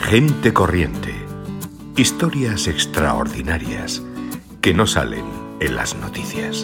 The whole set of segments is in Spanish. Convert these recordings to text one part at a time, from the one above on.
Gente corriente. Historias extraordinarias que no salen en las noticias.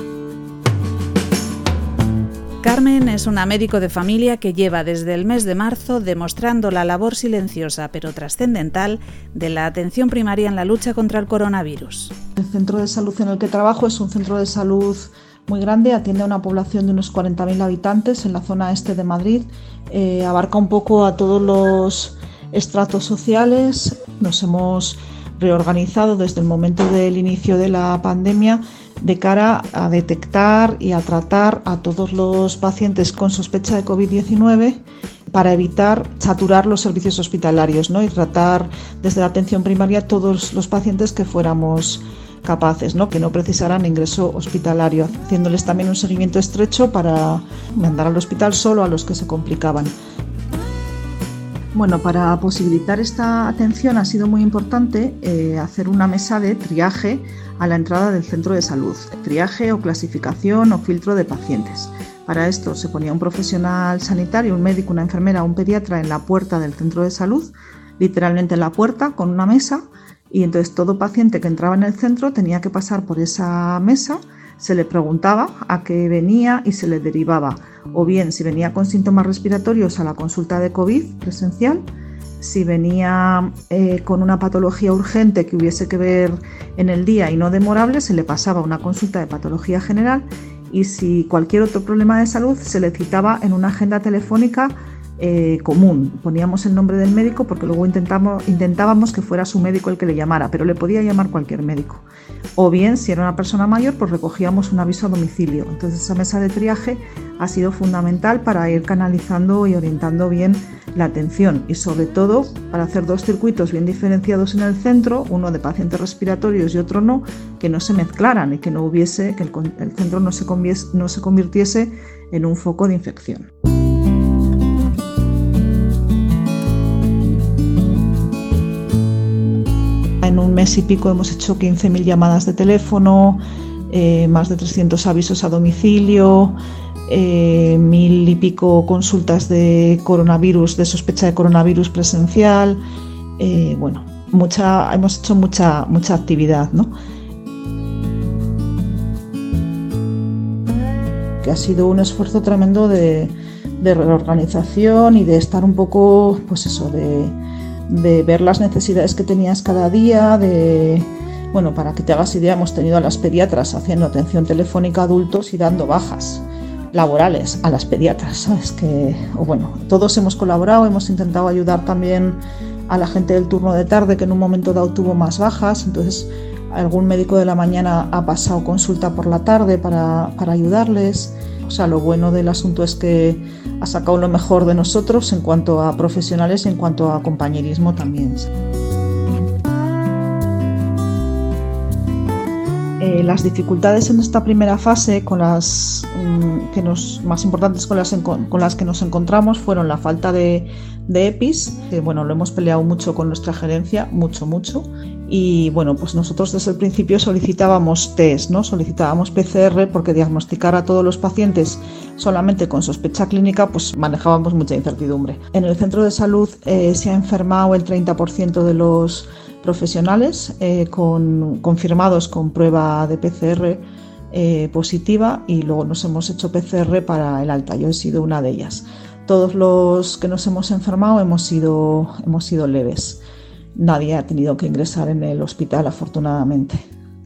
Carmen es una médico de familia que lleva desde el mes de marzo demostrando la labor silenciosa pero trascendental de la atención primaria en la lucha contra el coronavirus. El centro de salud en el que trabajo es un centro de salud muy grande, atiende a una población de unos 40.000 habitantes en la zona este de Madrid, abarca un poco a todos los estratos sociales. Nos hemos reorganizado desde el momento del inicio de la pandemia de cara a detectar y a tratar a todos los pacientes con sospecha de COVID-19 para evitar saturar los servicios hospitalarios, ¿no? Y tratar desde la atención primaria todos los pacientes que fuéramos capaces, ¿no? Que no precisaran ingreso hospitalario, haciéndoles también un seguimiento estrecho para mandar al hospital solo a los que se complicaban. Bueno, para posibilitar esta atención ha sido muy importante hacer una mesa de triaje a la entrada del centro de salud, triaje o clasificación o filtro de pacientes. Para esto se ponía un profesional sanitario, un médico, una enfermera o un pediatra en la puerta del centro de salud, literalmente en la puerta con una mesa, y entonces todo paciente que entraba en el centro tenía que pasar por esa mesa, se le preguntaba a qué venía y se le derivaba, o bien si venía con síntomas respiratorios a la consulta de COVID presencial, si venía con una patología urgente que hubiese que ver en el día y no demorable, se le pasaba una consulta de patología general, y si cualquier otro problema de salud se le citaba en una agenda telefónica común. Poníamos el nombre del médico porque luego intentábamos que fuera su médico el que le llamara, pero le podía llamar cualquier médico. O bien, si era una persona mayor, pues recogíamos un aviso a domicilio. Entonces esa mesa de triaje ha sido fundamental para ir canalizando y orientando bien la atención, y sobre todo para hacer dos circuitos bien diferenciados en el centro, uno de pacientes respiratorios y otro no, que no se mezclaran y que no hubiese, que el centro no se convirtiese en un foco de infección. En un mes y pico hemos hecho 15.000 llamadas de teléfono, más de 300 avisos a domicilio, 1.000 y pico consultas de coronavirus, de sospecha de coronavirus presencial. Hemos hecho mucha actividad, ¿no? Que ha sido un esfuerzo tremendo de reorganización y de estar un poco, pues eso, de ver las necesidades que tenías cada día, para que te hagas idea, hemos tenido a las pediatras haciendo atención telefónica a adultos y dando bajas laborales a las pediatras, ¿sabes? Todos hemos colaborado, hemos intentado ayudar también a la gente del turno de tarde, que en un momento dado tuvo más bajas, entonces algún médico de la mañana ha pasado consulta por la tarde para ayudarles. O sea, lo bueno del asunto es que ha sacado lo mejor de nosotros en cuanto a profesionales y en cuanto a compañerismo también. Las dificultades en esta primera fase, con las más importantes con las que nos encontramos, fueron la falta de EPIs, que lo hemos peleado mucho con nuestra gerencia, mucho. Y pues nosotros desde el principio solicitábamos test, ¿no? Solicitábamos PCR, porque diagnosticar a todos los pacientes solamente con sospecha clínica, pues manejábamos mucha incertidumbre. En el centro de salud se ha enfermado el 30% de los profesionales confirmados con prueba de PCR positiva, y luego nos hemos hecho PCR para el alta. Yo he sido una de ellas. Todos los que nos hemos enfermado hemos sido leves. Nadie ha tenido que ingresar en el hospital, afortunadamente.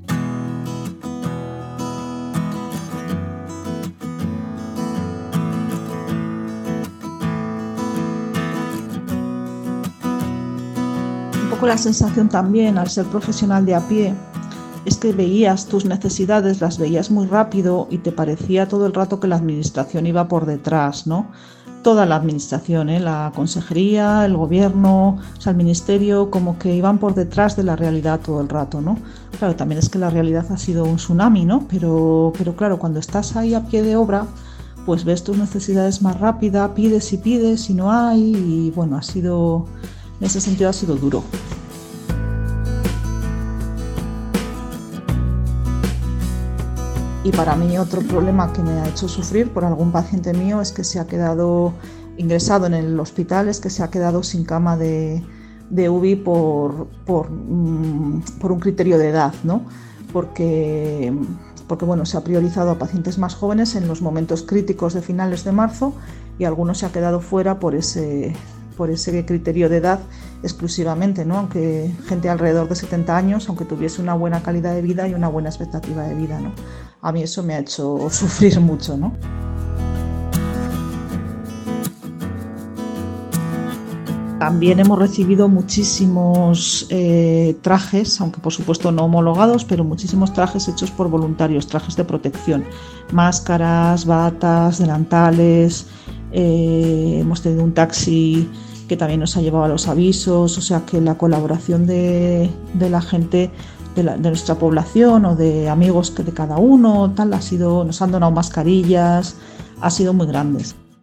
Un poco la sensación también, al ser profesional de a pie, es que veías tus necesidades, las veías muy rápido y te parecía todo el rato que la administración iba por detrás, ¿no? Toda la administración, la consejería, el gobierno, o sea, el ministerio, como que iban por detrás de la realidad todo el rato, ¿no? Claro, también es que la realidad ha sido un tsunami, ¿no? Pero claro, cuando estás ahí a pie de obra, pues ves tus necesidades más rápida, pides y no hay, y en ese sentido ha sido duro. Y para mí otro problema que me ha hecho sufrir por algún paciente mío es que se ha quedado ingresado en el hospital, es que se ha quedado sin cama de de UBI por un criterio de edad, ¿no? Porque bueno, se ha priorizado a pacientes más jóvenes en los momentos críticos de finales de marzo y algunos se ha quedado fuera por ese criterio de edad exclusivamente, ¿no? Aunque gente alrededor de 70 años, aunque tuviese una buena calidad de vida y una buena expectativa de vida, ¿no? A mí eso me ha hecho sufrir mucho, ¿no? También hemos recibido muchísimos trajes, aunque por supuesto no homologados, pero muchísimos trajes hechos por voluntarios, trajes de protección, máscaras, batas, delantales. Hemos tenido un taxi que también nos ha llevado a los avisos, o sea que la colaboración de la gente de nuestra población o de amigos de cada uno, tal, nos han donado mascarillas, ha sido muy grande.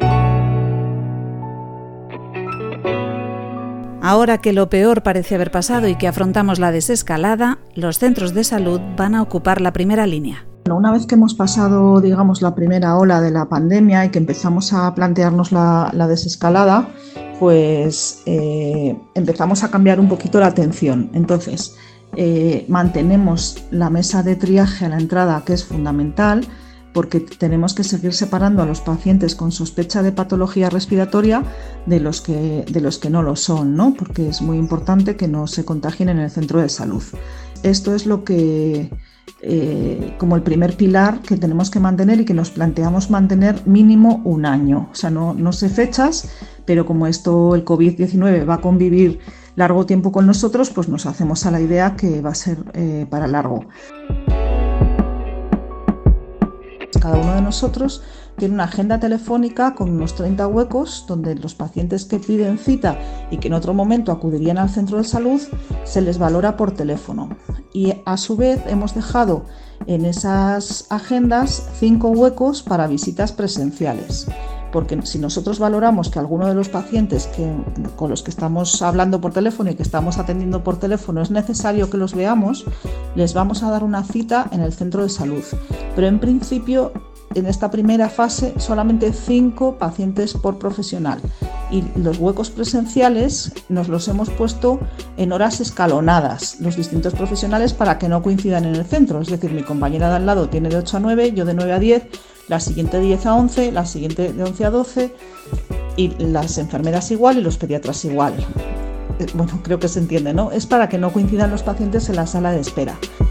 Ahora que lo peor parece haber pasado y que afrontamos la desescalada, los centros de salud van a ocupar la primera línea. Una vez que hemos pasado, digamos, la primera ola de la pandemia y que empezamos a plantearnos la desescalada, pues empezamos a cambiar un poquito la atención. Entonces, mantenemos la mesa de triaje a la entrada, que es fundamental, porque tenemos que seguir separando a los pacientes con sospecha de patología respiratoria de los que no lo son, ¿no? Porque es muy importante que no se contagien en el centro de salud. Esto es lo que, como el primer pilar que tenemos que mantener y que nos planteamos mantener mínimo un año. O sea, no sé fechas, pero como el COVID-19 va a convivir largo tiempo con nosotros, pues nos hacemos a la idea que va a ser para largo. Cada uno de nosotros tiene una agenda telefónica con unos 30 huecos donde los pacientes que piden cita y que en otro momento acudirían al centro de salud se les valora por teléfono. Y a su vez hemos dejado en esas agendas 5 huecos para visitas presenciales. Porque si nosotros valoramos que alguno de los pacientes con los que estamos hablando por teléfono y que estamos atendiendo por teléfono es necesario que los veamos, les vamos a dar una cita en el centro de salud. Pero en principio, en esta primera fase, solamente 5 pacientes por profesional. Y los huecos presenciales nos los hemos puesto en horas escalonadas, los distintos profesionales, para que no coincidan en el centro. Es decir, mi compañera de al lado tiene de 8 a 9, yo de 9 a 10, la siguiente de 10 a 11, la siguiente de 11 a 12 y las enfermeras igual y los pediatras igual. Bueno, creo que se entiende, ¿no? Es para que no coincidan los pacientes en la sala de espera.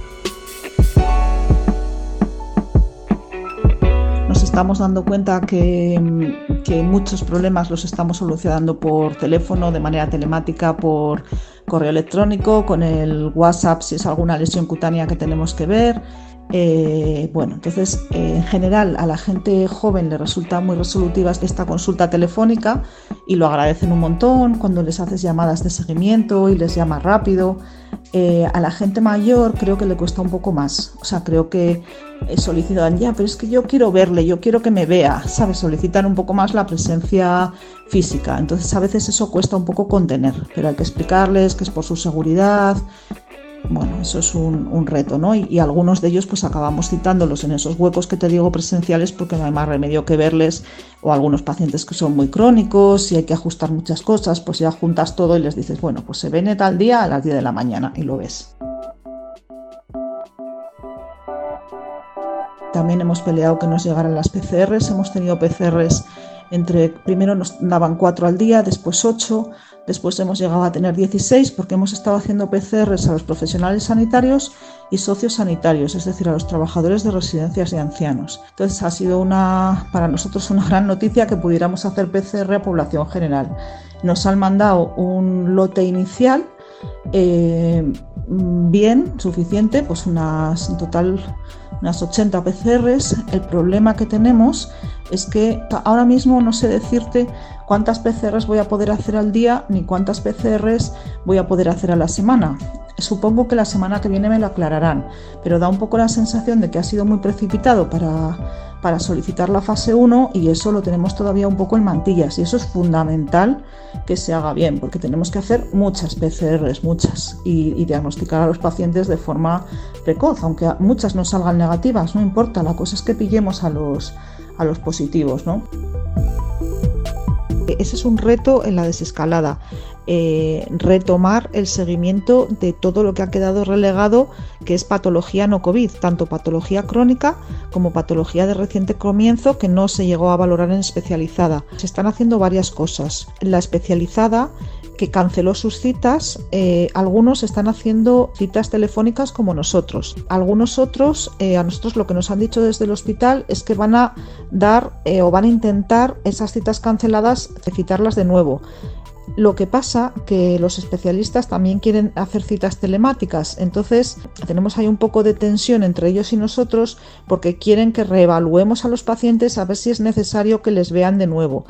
Nos estamos dando cuenta que muchos problemas los estamos solucionando por teléfono, de manera telemática, por correo electrónico, con el WhatsApp si es alguna lesión cutánea que tenemos que ver. Entonces, en general, a la gente joven le resulta muy resolutiva esta consulta telefónica y lo agradecen un montón cuando les haces llamadas de seguimiento y les llamas rápido. A la gente mayor creo que le cuesta un poco más. O sea, creo que solicitan pero es que yo quiero verle, yo quiero que me vea, ¿sabes? Solicitan un poco más la presencia física. Entonces, a veces eso cuesta un poco contener, pero hay que explicarles que es por su seguridad. Bueno, eso es un reto, ¿no? Y algunos de ellos pues acabamos citándolos en esos huecos que te digo presenciales porque no hay más remedio que verles, o algunos pacientes que son muy crónicos y hay que ajustar muchas cosas, pues ya juntas todo y les dices, bueno, pues se ven tal día a las 10 de la mañana y lo ves. También hemos peleado que nos llegaran las PCRs, hemos tenido PCRs primero nos daban 4 al día, después 8, después hemos llegado a tener 16 porque hemos estado haciendo PCRs a los profesionales sanitarios y sociosanitarios, es decir, a los trabajadores de residencias de ancianos. Entonces ha sido para nosotros una gran noticia que pudiéramos hacer PCR a población general. Nos han mandado un lote inicial bien, suficiente, pues en total unas 80 PCRs. El problema que tenemos es que ahora mismo no sé decirte cuántas PCRs voy a poder hacer al día ni cuántas PCRs voy a poder hacer a la semana. Supongo que la semana que viene me lo aclararán, pero da un poco la sensación de que ha sido muy precipitado para solicitar la fase 1 y eso lo tenemos todavía un poco en mantillas y eso es fundamental que se haga bien porque tenemos que hacer muchas PCRs, y diagnosticar a los pacientes de forma precoz, aunque muchas no salgan negativas, no importa, la cosa es que pillemos a los positivos, ¿no? Ese es un reto en la desescalada, retomar el seguimiento de todo lo que ha quedado relegado, que es patología no COVID, tanto patología crónica como patología de reciente comienzo que no se llegó a valorar en especializada. Se están haciendo varias cosas. La especializada, que canceló sus citas, algunos están haciendo citas telefónicas como nosotros. Algunos otros, a nosotros lo que nos han dicho desde el hospital es que van a dar o van a intentar esas citas canceladas, citarlas de nuevo. Lo que pasa que los especialistas también quieren hacer citas telemáticas, entonces tenemos ahí un poco de tensión entre ellos y nosotros porque quieren que reevaluemos a los pacientes a ver si es necesario que les vean de nuevo.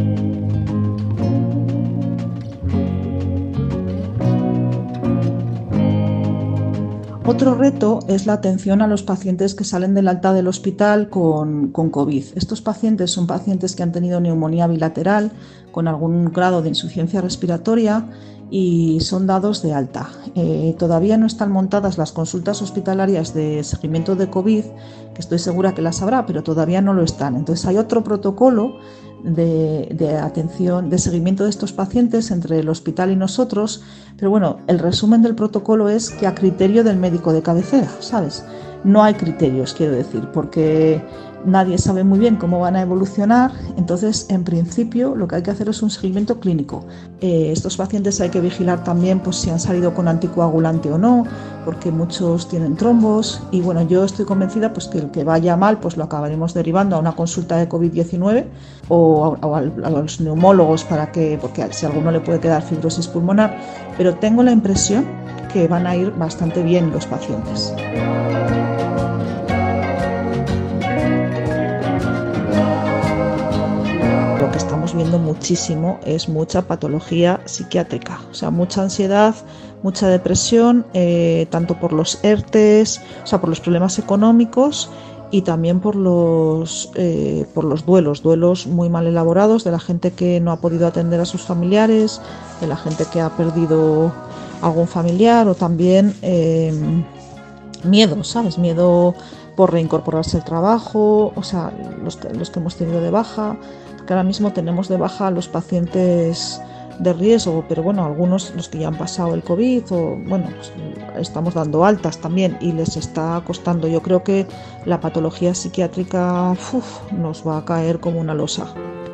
Otro reto es la atención a los pacientes que salen del alta del hospital con COVID. Estos pacientes son pacientes que han tenido neumonía bilateral con algún grado de insuficiencia respiratoria y son dados de alta. Todavía no están montadas las consultas hospitalarias de seguimiento de COVID, que estoy segura que las habrá, pero todavía no lo están. Entonces hay otro protocolo de atención, de seguimiento de estos pacientes entre el hospital y nosotros, pero bueno, el resumen del protocolo es que a criterio del médico de cabecera, ¿sabes? No hay criterios, quiero decir, porque nadie sabe muy bien cómo van a evolucionar, entonces en principio lo que hay que hacer es un seguimiento clínico. Estos pacientes hay que vigilar también pues, si han salido con anticoagulante o no, porque muchos tienen trombos y bueno, yo estoy convencida pues, que el que vaya mal pues lo acabaremos derivando a una consulta de COVID-19 o a los neumólogos porque si a alguno le puede quedar fibrosis pulmonar, pero tengo la impresión que van a ir bastante bien los pacientes. Lo que estamos viendo muchísimo es mucha patología psiquiátrica, o sea, mucha ansiedad, mucha depresión, tanto por los ERTES, o sea, por los problemas económicos y también por los duelos muy mal elaborados de la gente que no ha podido atender a sus familiares, de la gente que ha perdido algún familiar o también miedo, ¿sabes? Miedo por reincorporarse al trabajo, o sea, los que hemos tenido de baja, porque ahora mismo tenemos de baja a los pacientes de riesgo, pero bueno, algunos los que ya han pasado el COVID o bueno, pues, estamos dando altas también y les está costando. Yo creo que la patología psiquiátrica nos va a caer como una losa.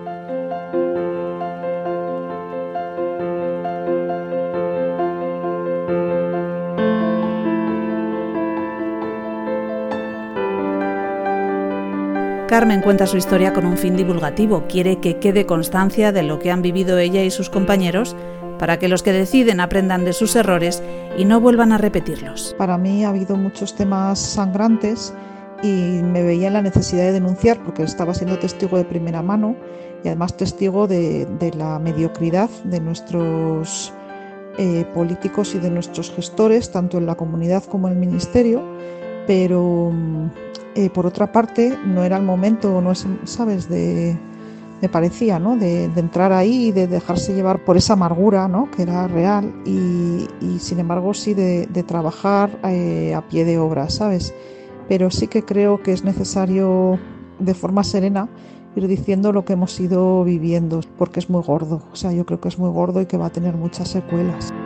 Carmen cuenta su historia con un fin divulgativo. Quiere que quede constancia de lo que han vivido ella y sus compañeros para que los que deciden aprendan de sus errores y no vuelvan a repetirlos. Para mí ha habido muchos temas sangrantes y me veía en la necesidad de denunciar porque estaba siendo testigo de primera mano y además testigo de la mediocridad de nuestros políticos y de nuestros gestores, tanto en la comunidad como en el ministerio, pero por otra parte no era el momento, no es, ¿sabes?, me parecía, ¿no?, de entrar ahí y de dejarse llevar por esa amargura, ¿no?, que era real y sin embargo sí de trabajar a pie de obra, ¿sabes? Pero sí que creo que es necesario de forma serena ir diciendo lo que hemos ido viviendo porque es muy gordo, o sea, yo creo que es muy gordo y que va a tener muchas secuelas.